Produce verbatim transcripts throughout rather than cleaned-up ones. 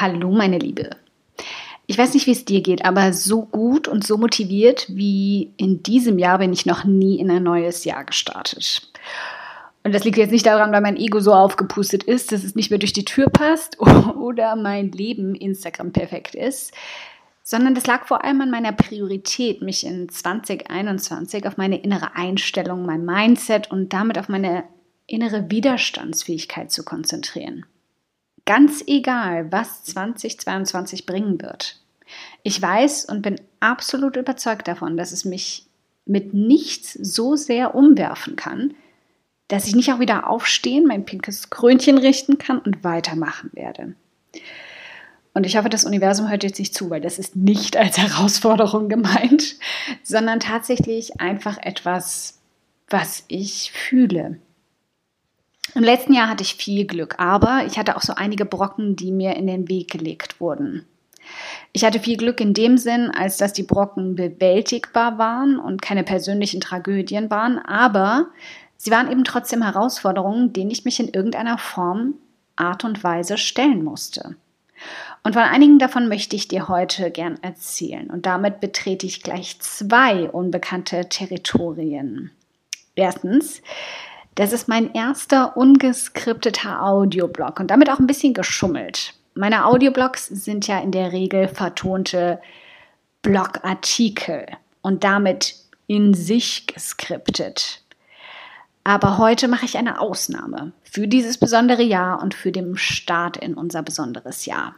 Hallo meine Liebe. Ich weiß nicht, wie es dir geht, aber so gut und so motiviert wie in diesem Jahr bin ich noch nie in ein neues Jahr gestartet. Und das liegt jetzt nicht daran, weil mein Ego so aufgepustet ist, dass es nicht mehr durch die Tür passt oder mein Leben Instagram perfekt ist, sondern das lag vor allem an meiner Priorität, mich in zwanzig einundzwanzig auf meine innere Einstellung, mein Mindset und damit auf meine innere Widerstandsfähigkeit zu konzentrieren. Ganz egal, was zwanzig zweiundzwanzig bringen wird. Ich weiß und bin absolut überzeugt davon, dass es mich mit nichts so sehr umwerfen kann, dass ich nicht auch wieder aufstehen, mein pinkes Krönchen richten kann und weitermachen werde. Und ich hoffe, das Universum hört jetzt nicht zu, weil das ist nicht als Herausforderung gemeint, sondern tatsächlich einfach etwas, was ich fühle. Im letzten Jahr hatte ich viel Glück, aber ich hatte auch so einige Brocken, die mir in den Weg gelegt wurden. Ich hatte viel Glück in dem Sinn, als dass die Brocken bewältigbar waren und keine persönlichen Tragödien waren, aber sie waren eben trotzdem Herausforderungen, denen ich mich in irgendeiner Form, Art und Weise stellen musste. Und von einigen davon möchte ich dir heute gern erzählen und damit betrete ich gleich zwei unbekannte Territorien. Erstens, das ist mein erster ungeskripteter Audioblog und damit auch ein bisschen geschummelt. Meine Audioblogs sind ja in der Regel vertonte Blogartikel und damit in sich geskriptet. Aber heute mache ich eine Ausnahme für dieses besondere Jahr und für den Start in unser besonderes Jahr.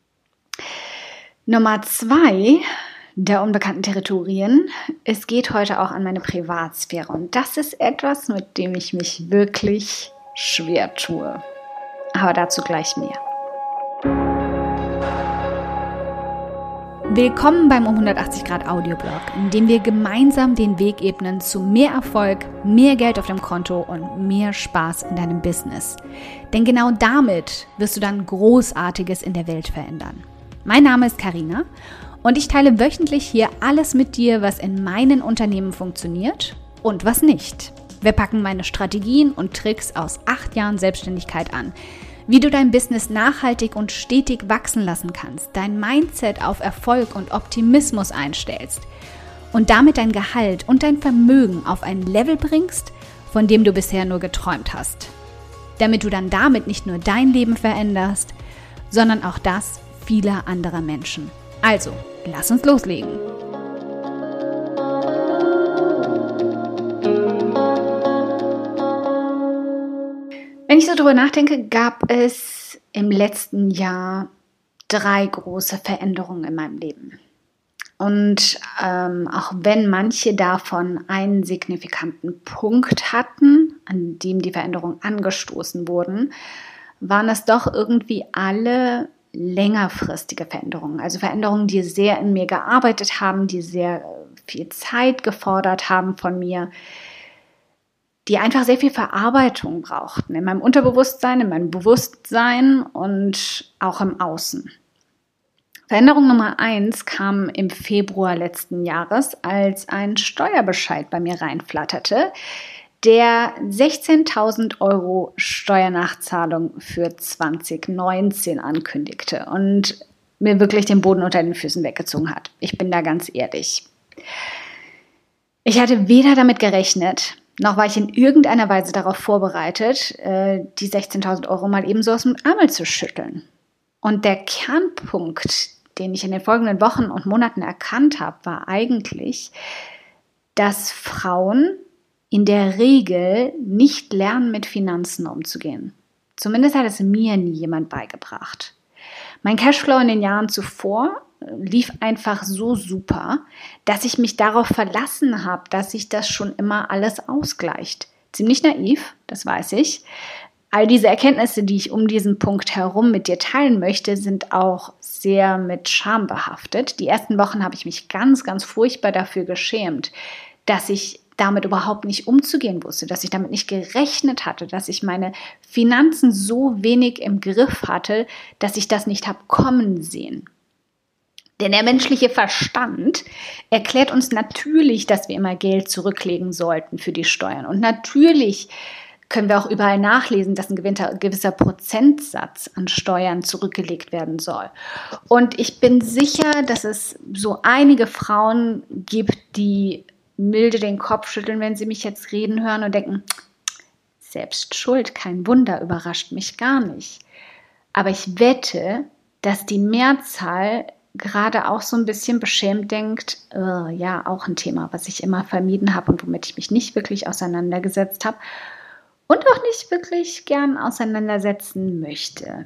Nummer zwei der unbekannten Territorien. Es geht heute auch an meine Privatsphäre und das ist etwas, mit dem ich mich wirklich schwer tue. Aber dazu gleich mehr. Willkommen beim um hundertachtzig Grad Audioblog, in dem wir gemeinsam den Weg ebnen zu mehr Erfolg, mehr Geld auf dem Konto und mehr Spaß in deinem Business. Denn genau damit wirst du dann Großartiges in der Welt verändern. Mein Name ist Carina und ich teile wöchentlich hier alles mit dir, was in meinen Unternehmen funktioniert und was nicht. Wir packen meine Strategien und Tricks aus acht Jahren Selbstständigkeit an, wie du dein Business nachhaltig und stetig wachsen lassen kannst, dein Mindset auf Erfolg und Optimismus einstellst und damit dein Gehalt und dein Vermögen auf ein Level bringst, von dem du bisher nur geträumt hast. Damit du dann damit nicht nur dein Leben veränderst, sondern auch das vieler anderer Menschen. Also, lass uns loslegen. Wenn ich so drüber nachdenke, gab es im letzten Jahr drei große Veränderungen in meinem Leben. Und ähm, auch wenn manche davon einen signifikanten Punkt hatten, an dem die Veränderungen angestoßen wurden, waren es doch irgendwie alle längerfristige Veränderungen. Also Veränderungen, die sehr in mir gearbeitet haben, die sehr viel Zeit gefordert haben von mir, die einfach sehr viel Verarbeitung brauchten, in meinem Unterbewusstsein, in meinem Bewusstsein und auch im Außen. Veränderung Nummer eins kam im Februar letzten Jahres, als ein Steuerbescheid bei mir reinflatterte, der sechzehntausend Euro Steuernachzahlung für zwanzig neunzehn ankündigte und mir wirklich den Boden unter den Füßen weggezogen hat. Ich bin da ganz ehrlich. Ich hatte weder damit gerechnet, noch war ich in irgendeiner Weise darauf vorbereitet, die sechzehntausend Euro mal eben so aus dem Ärmel zu schütteln. Und der Kernpunkt, den ich in den folgenden Wochen und Monaten erkannt habe, war eigentlich, dass Frauen in der Regel nicht lernen, mit Finanzen umzugehen. Zumindest hat es mir nie jemand beigebracht. Mein Cashflow in den Jahren zuvor lief einfach so super, dass ich mich darauf verlassen habe, dass sich das schon immer alles ausgleicht. Ziemlich naiv, das weiß ich. All diese Erkenntnisse, die ich um diesen Punkt herum mit dir teilen möchte, sind auch sehr mit Scham behaftet. Die ersten Wochen habe ich mich ganz, ganz furchtbar dafür geschämt, dass ich damit überhaupt nicht umzugehen wusste, dass ich damit nicht gerechnet hatte, dass ich meine Finanzen so wenig im Griff hatte, dass ich das nicht habe kommen sehen. Denn der menschliche Verstand erklärt uns natürlich, dass wir immer Geld zurücklegen sollten für die Steuern. Und natürlich können wir auch überall nachlesen, dass ein gewisser, gewisser Prozentsatz an Steuern zurückgelegt werden soll. Und ich bin sicher, dass es so einige Frauen gibt, die milde den Kopf schütteln, wenn sie mich jetzt reden hören und denken, selbst schuld, kein Wunder, überrascht mich gar nicht. Aber ich wette, dass die Mehrzahl gerade auch so ein bisschen beschämt denkt, oh, ja, auch ein Thema, was ich immer vermieden habe und womit ich mich nicht wirklich auseinandergesetzt habe und auch nicht wirklich gern auseinandersetzen möchte.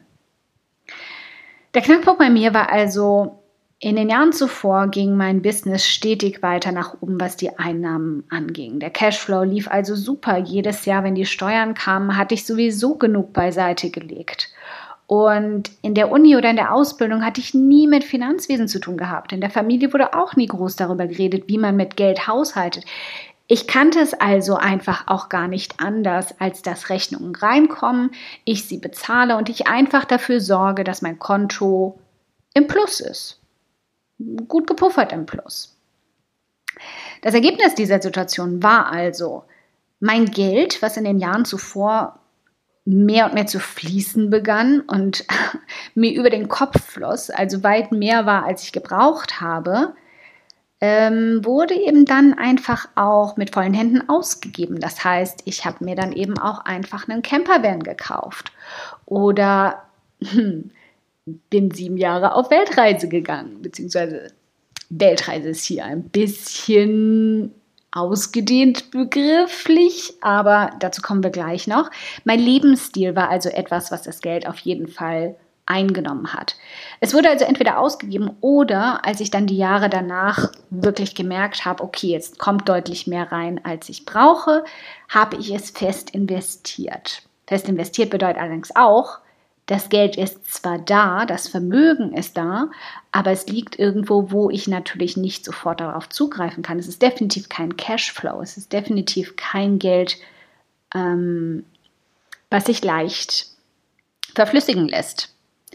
Der Knackpunkt bei mir war also, in den Jahren zuvor ging mein Business stetig weiter nach oben, was die Einnahmen anging. Der Cashflow lief also super. Jedes Jahr, wenn die Steuern kamen, hatte ich sowieso genug beiseite gelegt. Und in der Uni oder in der Ausbildung hatte ich nie mit Finanzwesen zu tun gehabt. In der Familie wurde auch nie groß darüber geredet, wie man mit Geld haushaltet. Ich kannte es also einfach auch gar nicht anders, als dass Rechnungen reinkommen, ich sie bezahle und ich einfach dafür sorge, dass mein Konto im Plus ist. Gut gepuffert im Plus. Das Ergebnis dieser Situation war also, mein Geld, was in den Jahren zuvor mehr und mehr zu fließen begann und mir über den Kopf floss, also weit mehr war, als ich gebraucht habe, ähm, wurde eben dann einfach auch mit vollen Händen ausgegeben. Das heißt, ich habe mir dann eben auch einfach einen Campervan gekauft oder hm, bin sieben Jahre auf Weltreise gegangen, beziehungsweise Weltreise ist hier ein bisschen ausgedehnt begrifflich, aber dazu kommen wir gleich noch. Mein Lebensstil war also etwas, was das Geld auf jeden Fall eingenommen hat. Es wurde also entweder ausgegeben oder, als ich dann die Jahre danach wirklich gemerkt habe, okay, jetzt kommt deutlich mehr rein, als ich brauche, habe ich es fest investiert. Fest investiert bedeutet allerdings auch, das Geld ist zwar da, das Vermögen ist da, aber es liegt irgendwo, wo ich natürlich nicht sofort darauf zugreifen kann. Es ist definitiv kein Cashflow, es ist definitiv kein Geld, ähm, was sich leicht verflüssigen lässt.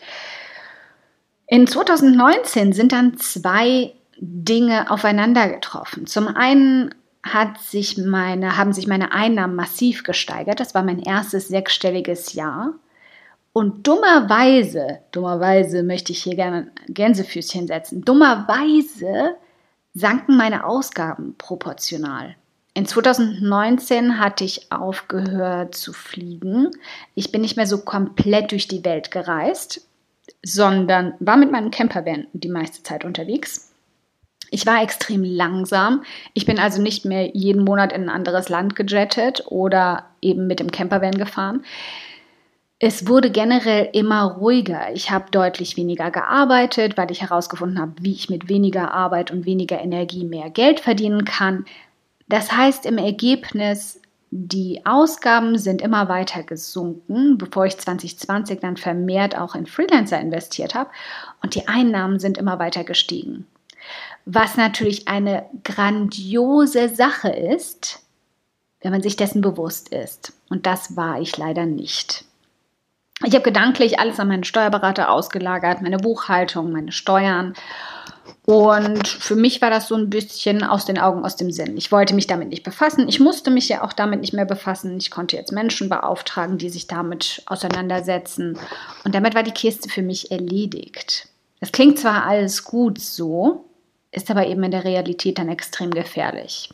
In zwanzig neunzehn sind dann zwei Dinge aufeinander getroffen. Zum einen hat sich meine, haben sich meine Einnahmen massiv gesteigert. Das war mein erstes sechsstelliges Jahr. Und dummerweise, dummerweise möchte ich hier gerne ein Gänsefüßchen setzen, dummerweise sanken meine Ausgaben proportional. In zwanzig neunzehn hatte ich aufgehört zu fliegen. Ich bin nicht mehr so komplett durch die Welt gereist, sondern war mit meinem Campervan die meiste Zeit unterwegs. Ich war extrem langsam. Ich bin also nicht mehr jeden Monat in ein anderes Land gejettet oder eben mit dem Campervan gefahren. Es wurde generell immer ruhiger. Ich habe deutlich weniger gearbeitet, weil ich herausgefunden habe, wie ich mit weniger Arbeit und weniger Energie mehr Geld verdienen kann. Das heißt im Ergebnis, die Ausgaben sind immer weiter gesunken, bevor ich zwanzig zwanzig dann vermehrt auch in Freelancer investiert habe, und die Einnahmen sind immer weiter gestiegen. Was natürlich eine grandiose Sache ist, wenn man sich dessen bewusst ist. Und das war ich leider nicht. Ich habe gedanklich alles an meinen Steuerberater ausgelagert, meine Buchhaltung, meine Steuern. Und für mich war das so ein bisschen aus den Augen, aus dem Sinn. Ich wollte mich damit nicht befassen. Ich musste mich ja auch damit nicht mehr befassen. Ich konnte jetzt Menschen beauftragen, die sich damit auseinandersetzen. Und damit war die Kiste für mich erledigt. Das klingt zwar alles gut so, ist aber eben in der Realität dann extrem gefährlich.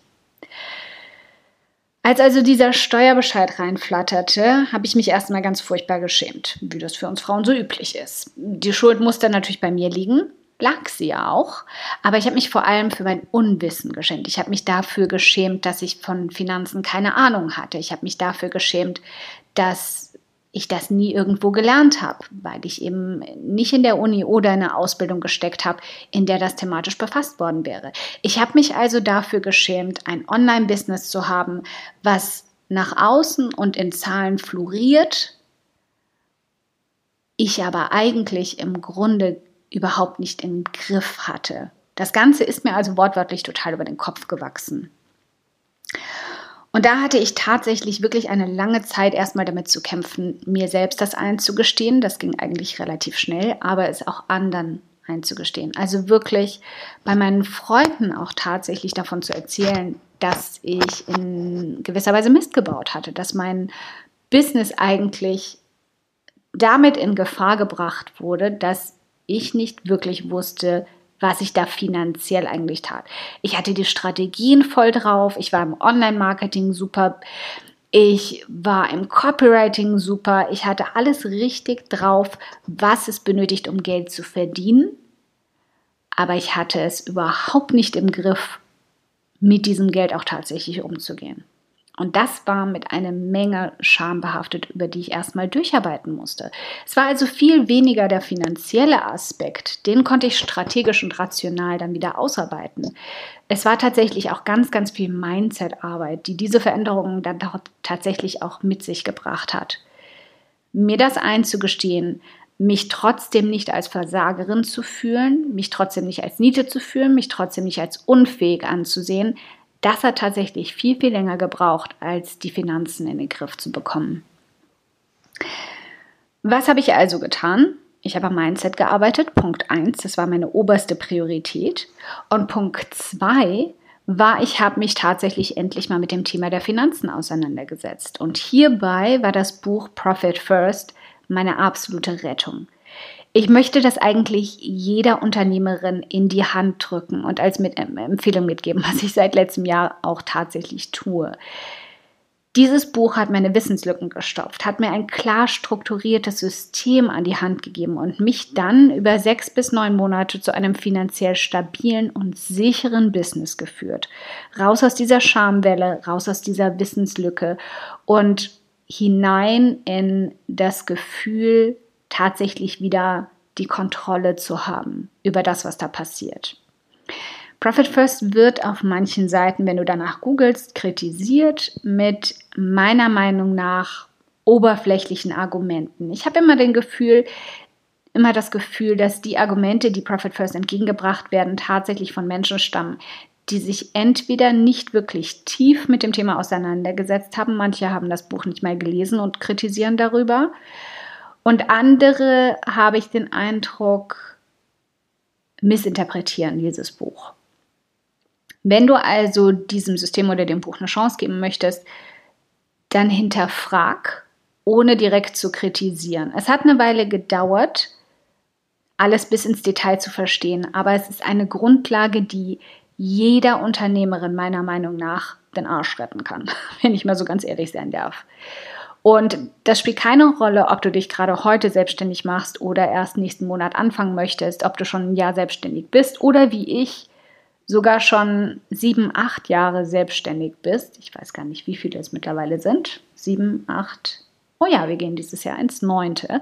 Als also dieser Steuerbescheid reinflatterte, habe ich mich erstmal ganz furchtbar geschämt, wie das für uns Frauen so üblich ist. Die Schuld musste natürlich bei mir liegen, lag sie ja auch, aber ich habe mich vor allem für mein Unwissen geschämt. Ich habe mich dafür geschämt, dass ich von Finanzen keine Ahnung hatte. Ich habe mich dafür geschämt, dass ich das nie irgendwo gelernt habe, weil ich eben nicht in der Uni oder in einer Ausbildung gesteckt habe, in der das thematisch befasst worden wäre. Ich habe mich also dafür geschämt, ein Online-Business zu haben, was nach außen und in Zahlen floriert, ich aber eigentlich im Grunde überhaupt nicht im Griff hatte. Das Ganze ist mir also wortwörtlich total über den Kopf gewachsen. Und da hatte ich tatsächlich wirklich eine lange Zeit erstmal damit zu kämpfen, mir selbst das einzugestehen. Das ging eigentlich relativ schnell, aber es auch anderen einzugestehen. Also wirklich bei meinen Freunden auch tatsächlich davon zu erzählen, dass ich in gewisser Weise Mist gebaut hatte, dass mein Business eigentlich damit in Gefahr gebracht wurde, dass ich nicht wirklich wusste, was ich da finanziell eigentlich tat. Ich hatte die Strategien voll drauf, ich war im Online-Marketing super, ich war im Copywriting super, ich hatte alles richtig drauf, was es benötigt, um Geld zu verdienen, aber ich hatte es überhaupt nicht im Griff, mit diesem Geld auch tatsächlich umzugehen. Und das war mit einer Menge Scham behaftet, über die ich erstmal durcharbeiten musste. Es war also viel weniger der finanzielle Aspekt, den konnte ich strategisch und rational dann wieder ausarbeiten. Es war tatsächlich auch ganz, ganz viel Mindset-Arbeit, die diese Veränderungen dann tatsächlich auch mit sich gebracht hat. Mir das einzugestehen, mich trotzdem nicht als Versagerin zu fühlen, mich trotzdem nicht als Niete zu fühlen, mich trotzdem nicht als unfähig anzusehen, das hat tatsächlich viel, viel länger gebraucht, als die Finanzen in den Griff zu bekommen. Was habe ich also getan? Ich habe am Mindset gearbeitet, Punkt eins, das war meine oberste Priorität. Und Punkt zwei war, ich habe mich tatsächlich endlich mal mit dem Thema der Finanzen auseinandergesetzt. Und hierbei war das Buch Profit First meine absolute Rettung. Ich möchte das eigentlich jeder Unternehmerin in die Hand drücken und als mit Empfehlung mitgeben, was ich seit letztem Jahr auch tatsächlich tue. Dieses Buch hat meine Wissenslücken gestopft, hat mir ein klar strukturiertes System an die Hand gegeben und mich dann über sechs bis neun Monate zu einem finanziell stabilen und sicheren Business geführt. Raus aus dieser Schamwelle, raus aus dieser Wissenslücke und hinein in das Gefühl, tatsächlich wieder die Kontrolle zu haben über das, was da passiert. Profit First wird auf manchen Seiten, wenn du danach googelst, kritisiert mit meiner Meinung nach oberflächlichen Argumenten. Ich habe immer den Gefühl, immer das Gefühl, dass die Argumente, die Profit First entgegengebracht werden, tatsächlich von Menschen stammen, die sich entweder nicht wirklich tief mit dem Thema auseinandergesetzt haben, manche haben das Buch nicht mal gelesen und kritisieren darüber, und andere, habe ich den Eindruck, missinterpretieren dieses Buch. Wenn du also diesem System oder dem Buch eine Chance geben möchtest, dann hinterfrag, ohne direkt zu kritisieren. Es hat eine Weile gedauert, alles bis ins Detail zu verstehen, aber es ist eine Grundlage, die jeder Unternehmerin meiner Meinung nach den Arsch retten kann, wenn ich mal so ganz ehrlich sein darf. Und das spielt keine Rolle, ob du dich gerade heute selbstständig machst oder erst nächsten Monat anfangen möchtest, ob du schon ein Jahr selbstständig bist oder wie ich sogar schon sieben, acht Jahre selbstständig bist. Ich weiß gar nicht, wie viele es mittlerweile sind. Sieben, acht, oh ja, wir gehen dieses Jahr ins Neunte.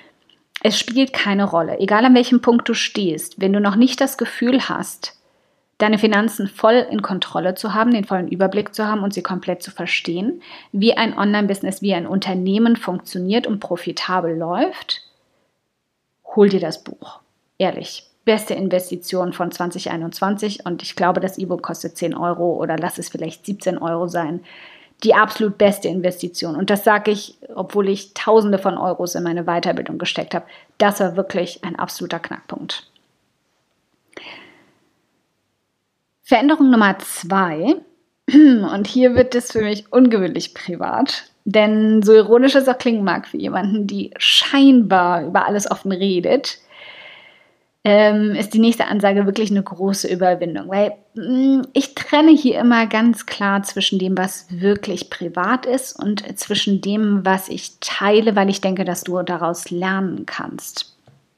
Es spielt keine Rolle, egal an welchem Punkt du stehst, wenn du noch nicht das Gefühl hast, deine Finanzen voll in Kontrolle zu haben, den vollen Überblick zu haben und sie komplett zu verstehen, wie ein Online-Business, wie ein Unternehmen funktioniert und profitabel läuft, hol dir das Buch. Ehrlich, beste Investition von zwanzig einundzwanzig und ich glaube, das E-Book kostet zehn Euro oder lass es vielleicht siebzehn Euro sein. Die absolut beste Investition. Und das sage ich, obwohl ich Tausende von Euros in meine Weiterbildung gesteckt habe. Das war wirklich ein absoluter Knackpunkt. Veränderung Nummer zwei, und hier wird es für mich ungewöhnlich privat, denn so ironisch es auch klingen mag für jemanden, die scheinbar über alles offen redet, ähm, ist die nächste Ansage wirklich eine große Überwindung, weil mh, ich trenne hier immer ganz klar zwischen dem, was wirklich privat ist und zwischen dem, was ich teile, weil ich denke, dass du daraus lernen kannst.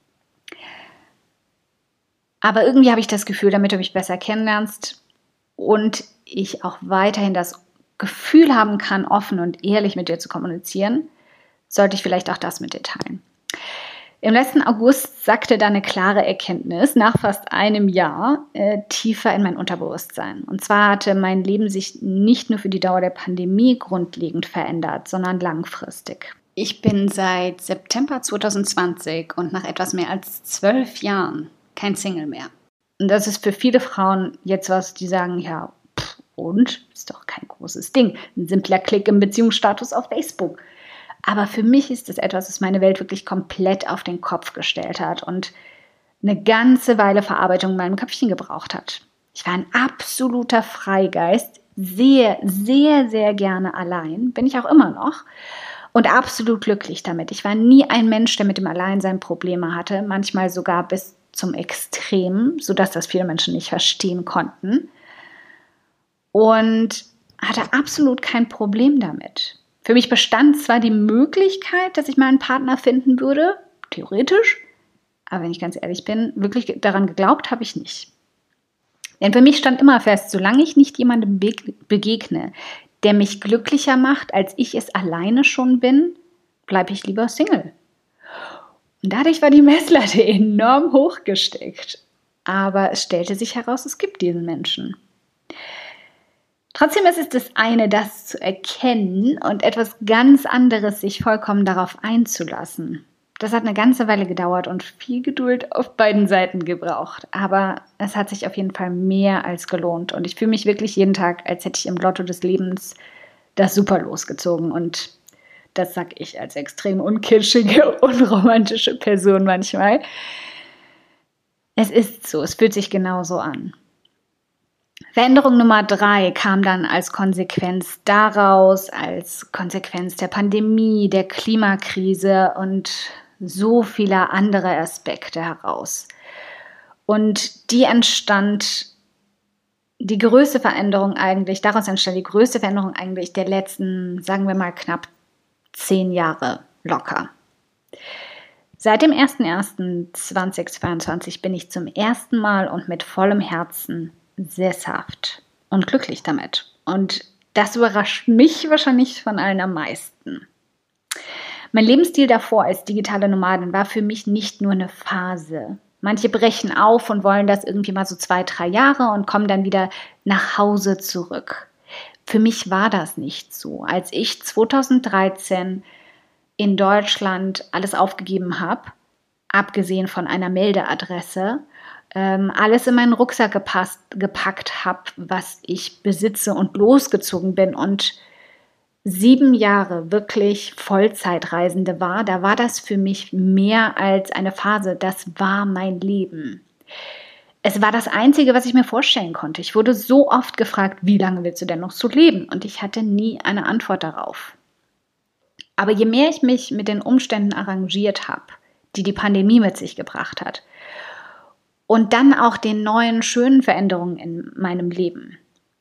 Aber irgendwie habe ich das Gefühl, damit du mich besser kennenlernst und ich auch weiterhin das Gefühl haben kann, offen und ehrlich mit dir zu kommunizieren, sollte ich vielleicht auch das mit dir teilen. Im letzten August sackte da eine klare Erkenntnis nach fast einem Jahr äh, tiefer in mein Unterbewusstsein. Und zwar hatte mein Leben sich nicht nur für die Dauer der Pandemie grundlegend verändert, sondern langfristig. Ich bin seit September zwanzig zwanzig und nach etwas mehr als zwölf Jahren kein Single mehr. Und das ist für viele Frauen jetzt was, die sagen, ja, pff, und? Ist doch kein großes Ding. Ein simpler Klick im Beziehungsstatus auf Facebook. Aber für mich ist das etwas, das meine Welt wirklich komplett auf den Kopf gestellt hat und eine ganze Weile Verarbeitung in meinem Köpfchen gebraucht hat. Ich war ein absoluter Freigeist, sehr, sehr, sehr gerne allein, bin ich auch immer noch. und absolut glücklich damit. Ich war nie ein Mensch, der mit dem Alleinsein Probleme hatte, manchmal sogar bis zum Extrem, sodass das viele Menschen nicht verstehen konnten. Und hatte absolut kein Problem damit. Für mich bestand zwar die Möglichkeit, dass ich mal einen Partner finden würde, theoretisch, aber wenn ich ganz ehrlich bin, wirklich daran geglaubt habe ich nicht. Denn für mich stand immer fest, solange ich nicht jemandem begegne, der mich glücklicher macht, als ich es alleine schon bin, bleibe ich lieber Single. Und dadurch war die Messlatte enorm hochgesteckt. Aber es stellte sich heraus, es gibt diesen Menschen. Trotzdem ist es das eine, das zu erkennen und etwas ganz anderes, sich vollkommen darauf einzulassen. Das hat eine ganze Weile gedauert und viel Geduld auf beiden Seiten gebraucht. Aber es hat sich auf jeden Fall mehr als gelohnt. Und ich fühle mich wirklich jeden Tag, als hätte ich im Lotto des Lebens das Super losgezogen. Und das sage ich als extrem unkitschige, unromantische Person manchmal. Es ist so, es fühlt sich genauso an. Veränderung Nummer drei kam dann als Konsequenz daraus, als Konsequenz der Pandemie, der Klimakrise und so vieler anderer Aspekte heraus. Und die entstand, die größte Veränderung eigentlich, daraus entstand die größte Veränderung eigentlich der letzten, sagen wir mal, knapp zehn Jahre locker. Seit dem ersten ersten zweitausendzweiundzwanzig bin ich zum ersten Mal und mit vollem Herzen sesshaft und glücklich damit. Und das überrascht mich wahrscheinlich von allen am meisten. Mein Lebensstil davor als digitale Nomadin war für mich nicht nur eine Phase. Manche brechen auf und wollen das irgendwie mal so zwei, drei Jahre und kommen dann wieder nach Hause zurück. Für mich war das nicht so. Als ich zweitausenddreizehn in Deutschland alles aufgegeben habe, abgesehen von einer Meldeadresse, ähm, alles in meinen Rucksack gepasst, gepackt habe, was ich besitze und losgezogen bin und sieben Jahre wirklich Vollzeitreisende war, da war das für mich mehr als eine Phase, das war mein Leben. Es war das Einzige, was ich mir vorstellen konnte. Ich wurde so oft gefragt, wie lange willst du denn noch so leben? Und ich hatte nie eine Antwort darauf. Aber je mehr ich mich mit den Umständen arrangiert habe, die die Pandemie mit sich gebracht hat, und dann auch den neuen, schönen Veränderungen in meinem Leben,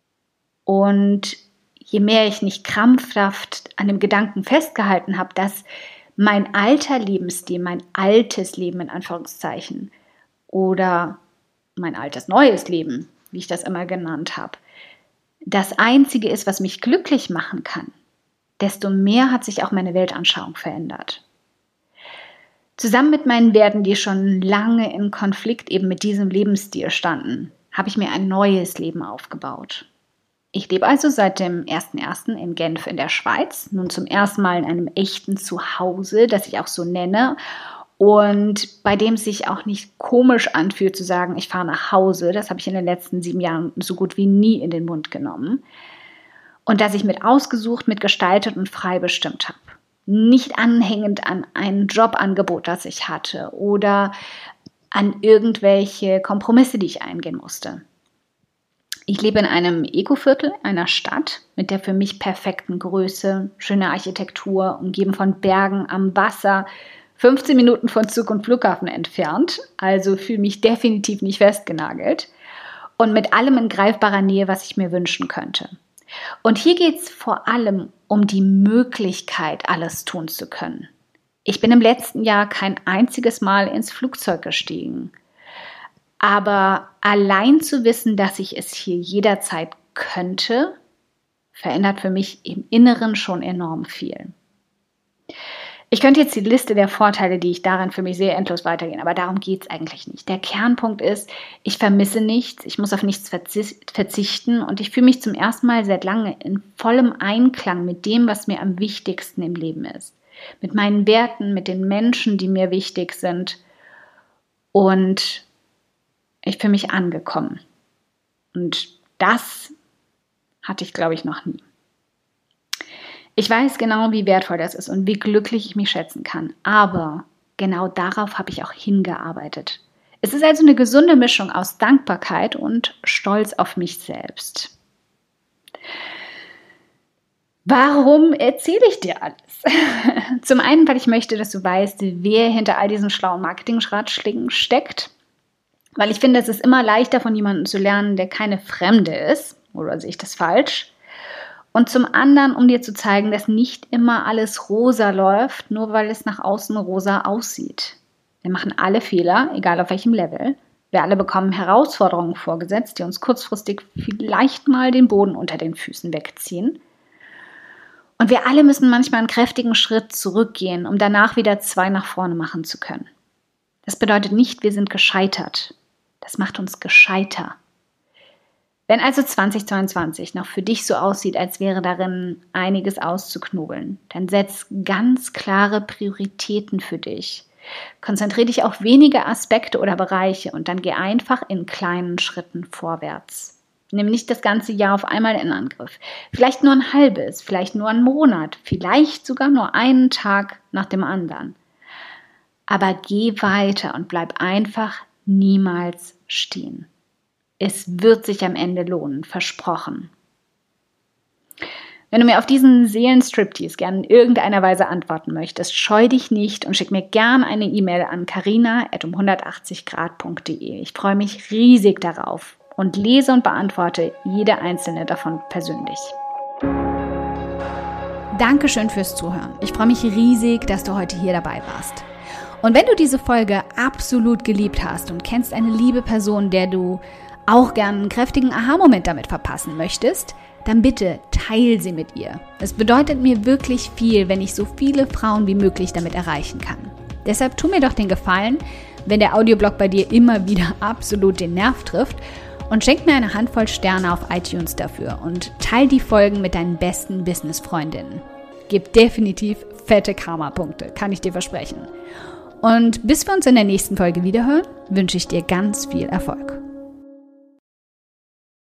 und je mehr ich nicht krampfhaft an dem Gedanken festgehalten habe, dass mein alter Lebensstil, mein altes Leben in Anführungszeichen oder mein altes neues Leben, wie ich das immer genannt habe, das Einzige ist, was mich glücklich machen kann, desto mehr hat sich auch meine Weltanschauung verändert. Zusammen mit meinen Werten, die schon lange in Konflikt eben mit diesem Lebensstil standen, habe ich mir ein neues Leben aufgebaut. Ich lebe also seit dem ersten ersten in Genf in der Schweiz, nun zum ersten Mal in einem echten Zuhause, das ich auch so nenne und bei dem es sich auch nicht komisch anfühlt zu sagen, ich fahre nach Hause. Das habe ich in den letzten sieben Jahren so gut wie nie in den Mund genommen. Und das ich mit ausgesucht, mitgestaltet und frei bestimmt habe. Nicht anhängend an ein Jobangebot, das ich hatte oder an irgendwelche Kompromisse, die ich eingehen musste. Ich lebe in einem Ekoviertel, einer Stadt mit der für mich perfekten Größe, schöner Architektur, umgeben von Bergen am Wasser, fünfzehn Minuten von Zug und Flughafen entfernt, also fühle mich definitiv nicht festgenagelt und mit allem in greifbarer Nähe, was ich mir wünschen könnte. Und hier geht es vor allem um die Möglichkeit, alles tun zu können. Ich bin im letzten Jahr kein einziges Mal ins Flugzeug gestiegen. Aber allein zu wissen, dass ich es hier jederzeit könnte, verändert für mich im Inneren schon enorm viel. Ich könnte jetzt die Liste der Vorteile, die ich daran für mich sehe, endlos weitergehen, aber darum geht es eigentlich nicht. Der Kernpunkt ist, ich vermisse nichts, ich muss auf nichts verzichten und ich fühle mich zum ersten Mal seit langem in vollem Einklang mit dem, was mir am wichtigsten im Leben ist. Mit meinen Werten, mit den Menschen, die mir wichtig sind und ich fühle mich angekommen. Und das hatte ich, glaube ich, noch nie. Ich weiß genau, wie wertvoll das ist und wie glücklich ich mich schätzen kann. Aber genau darauf habe ich auch hingearbeitet. Es ist also eine gesunde Mischung aus Dankbarkeit und Stolz auf mich selbst. Warum erzähle ich dir alles? Zum einen, weil ich möchte, dass du weißt, wer hinter all diesen schlauen Marketing-Ratschlägen steckt. Weil ich finde, es ist immer leichter, von jemandem zu lernen, der keine Fremde ist. Oder sehe ich das falsch? Und zum anderen, um dir zu zeigen, dass nicht immer alles rosa läuft, nur weil es nach außen rosa aussieht. Wir machen alle Fehler, egal auf welchem Level. Wir alle bekommen Herausforderungen vorgesetzt, die uns kurzfristig vielleicht mal den Boden unter den Füßen wegziehen. Und wir alle müssen manchmal einen kräftigen Schritt zurückgehen, um danach wieder zwei nach vorne machen zu können. Das bedeutet nicht, wir sind gescheitert. Das macht uns gescheiter. Wenn also zwanzig zweiundzwanzig noch für dich so aussieht, als wäre darin einiges auszuknobeln, dann setz ganz klare Prioritäten für dich. Konzentriere dich auf wenige Aspekte oder Bereiche und dann geh einfach in kleinen Schritten vorwärts. Nimm nicht das ganze Jahr auf einmal in Angriff. Vielleicht nur ein halbes, vielleicht nur einen Monat, vielleicht sogar nur einen Tag nach dem anderen. Aber geh weiter und bleib einfach niemals stehen. Es wird sich am Ende lohnen, versprochen. Wenn du mir auf diesen Seelenstriptease gerne in irgendeiner Weise antworten möchtest, scheu dich nicht und schick mir gerne eine E-Mail an carina at um hundertachtzig grad punkt de. Ich freue mich riesig darauf und lese und beantworte jede einzelne davon persönlich. Dankeschön fürs Zuhören. Ich freue mich riesig, dass du heute hier dabei warst. Und wenn du diese Folge absolut geliebt hast und kennst eine liebe Person, der du auch gerne einen kräftigen Aha-Moment damit verpassen möchtest, dann bitte teil sie mit ihr. Es bedeutet mir wirklich viel, wenn ich so viele Frauen wie möglich damit erreichen kann. Deshalb tu mir doch den Gefallen, wenn der Audioblog bei dir immer wieder absolut den Nerv trifft, und schenk mir eine Handvoll Sterne auf iTunes dafür und teil die Folgen mit deinen besten Business-Freundinnen. Gib definitiv fette Karma-Punkte, kann ich dir versprechen. Und bis wir uns in der nächsten Folge wiederhören, wünsche ich dir ganz viel Erfolg.